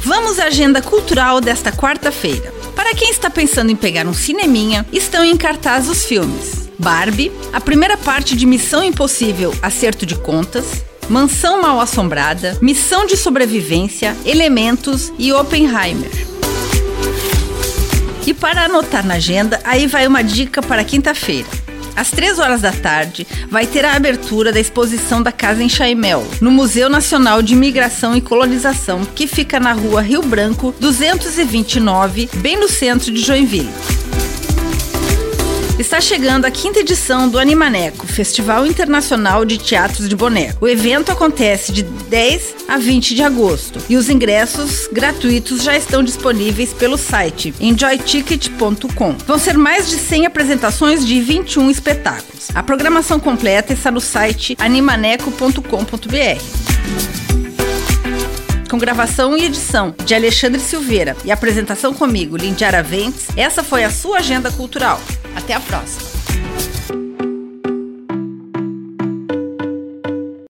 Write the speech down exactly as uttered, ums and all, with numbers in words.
Vamos à agenda cultural desta quarta-feira. Para quem está pensando em pegar um cineminha, estão em cartaz os filmes Barbie, a primeira parte de Missão Impossível, Acerto de Contas, Mansão Mal-Assombrada, Missão de Sobrevivência, Elementos e Oppenheimer. E para anotar na agenda, aí vai uma dica para quinta-feira. Às três horas da tarde, vai ter a abertura da exposição da Casa Enxaimel, no Museu Nacional de Imigração e Colonização, que fica na rua Rio Branco, duzentos e vinte e nove, bem no centro de Joinville. Está chegando a quinta edição do Animaneco, Festival Internacional de Teatros de Boneco. O evento acontece de dez a vinte de agosto e os ingressos gratuitos já estão disponíveis pelo site enjoy ticket ponto com. Vão ser mais de cem apresentações de vinte e um espetáculos. A programação completa está no site animaneco ponto com ponto b r. Com gravação e edição de Alexandre Silveira e apresentação comigo, Lindy Araventes, essa foi a sua agenda cultural. Até a próxima!